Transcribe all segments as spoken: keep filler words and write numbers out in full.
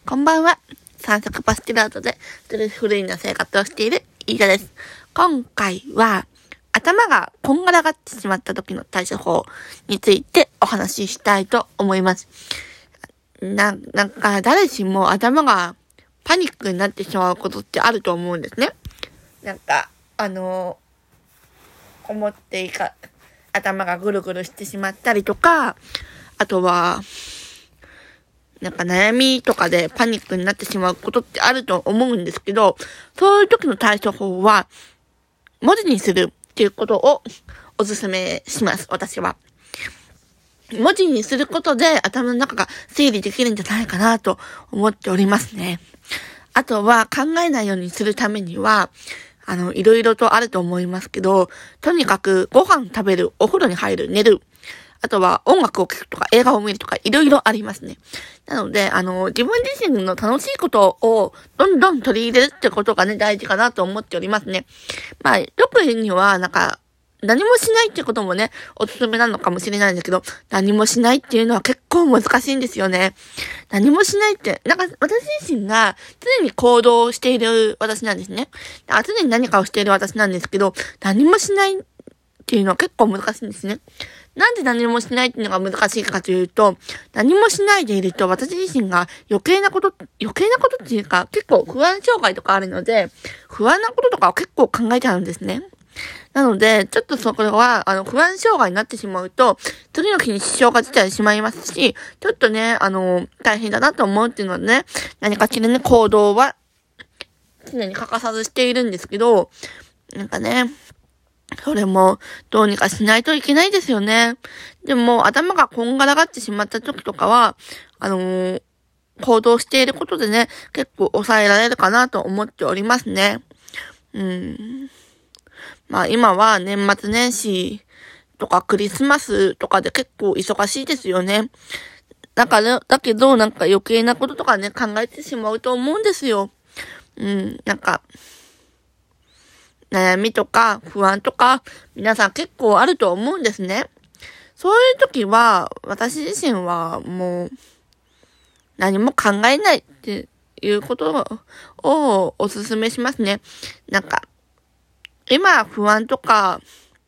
こんばんは。三色パスティラートでストレスフリーな生活をしている飯田です。今回は頭がこんがらがってしまった時の対処法についてお話ししたいと思います。な、なんか誰しも頭がパニックになってしまうことってあると思うんですね。なんか、あのー、思っていか、頭がぐるぐるしてしまったりとか、あとは、なんか悩みとかでパニックになってしまうことってあると思うんですけど、そういう時の対処法は、文字にするっていうことをお勧めします、私は。文字にすることで頭の中が整理できるんじゃないかなと思っておりますね。あとは考えないようにするためには、あの、いろいろとあると思いますけど、とにかくご飯食べる、お風呂に入る、寝る、あとは音楽を聴くとか映画を見るとかいろいろありますね。なので、あの、自分自身の楽しいことをどんどん取り入れるってことがね、大事かなと思っておりますね。まあ、特には、なんか、何もしないってこともね、おすすめなのかもしれないんだけど、何もしないっていうのは結構難しいんですよね。何もしないって、なんか私自身が常に行動している私なんですね。だから常に何かをしている私なんですけど、何もしないっていうのは結構難しいんですね。なんで何もしないっていうのが難しいかというと、何もしないでいると私自身が余計なこと、余計なことっていうか結構不安障害とかあるので、不安なこととかを結構考えちゃうんですね。なので、ちょっとそこは、あの、不安障害になってしまうと、次の日に支障が出てしまいますし、ちょっとね、あの、大変だなと思うっていうのでね、何かしらね、行動は、常に欠かさずしているんですけど、なんかね、それも、どうにかしないといけないですよね。でも、頭がこんがらがってしまった時とかは、あのー、行動していることでね、結構抑えられるかなと思っておりますね。うん。まあ今は年末年始とかクリスマスとかで結構忙しいですよね。だから、だけどなんか余計なこととかね、考えてしまうと思うんですよ。うん、なんか、悩みとか不安とか皆さん結構あると思うんですね。そういう時は私自身はもう何も考えないっていうことをお勧めしますね。なんか今不安とか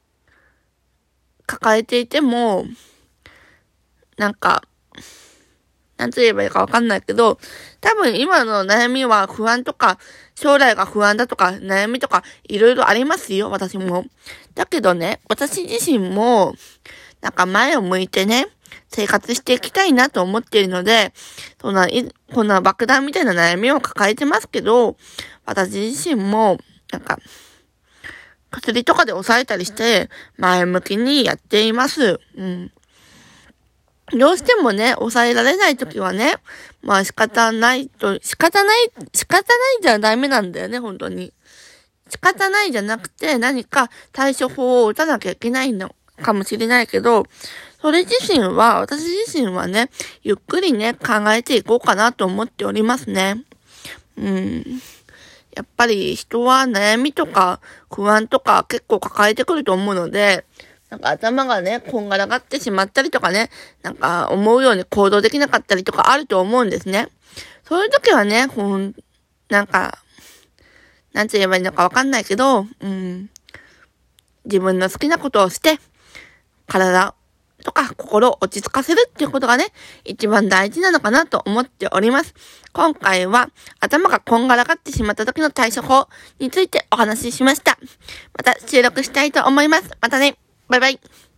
抱えていてもなんかなんと言えばいいかわかんないけど、多分今の悩みは不安とか、将来が不安だとか、悩みとか、いろいろありますよ、私も。だけどね、私自身も、なんか前を向いてね、生活していきたいなと思っているので、そんな、こんな爆弾みたいな悩みを抱えてますけど、私自身も、なんか、薬とかで抑えたりして、前向きにやっています。うん。どうしてもね、抑えられないときはね、まあ仕方ないと、仕方ない、仕方ないじゃダメなんだよね、本当に。仕方ないじゃなくて、何か対処法を打たなきゃいけないのかもしれないけど、それ自身は、私自身はね、ゆっくりね、考えていこうかなと思っておりますね。うん。やっぱり人は悩みとか不安とか結構抱えてくると思うので、なんか頭がね、こんがらがってしまったりとかね、なんか思うように行動できなかったりとかあると思うんですね。そういう時はね、ほん、なんか、なんて言えばいいのかわかんないけど、うん、自分の好きなことをして、体とか心を落ち着かせるっていうことがね、一番大事なのかなと思っております。今回は頭がこんがらがってしまった時の対処法についてお話ししました。また収録したいと思います。またね。バイバイ。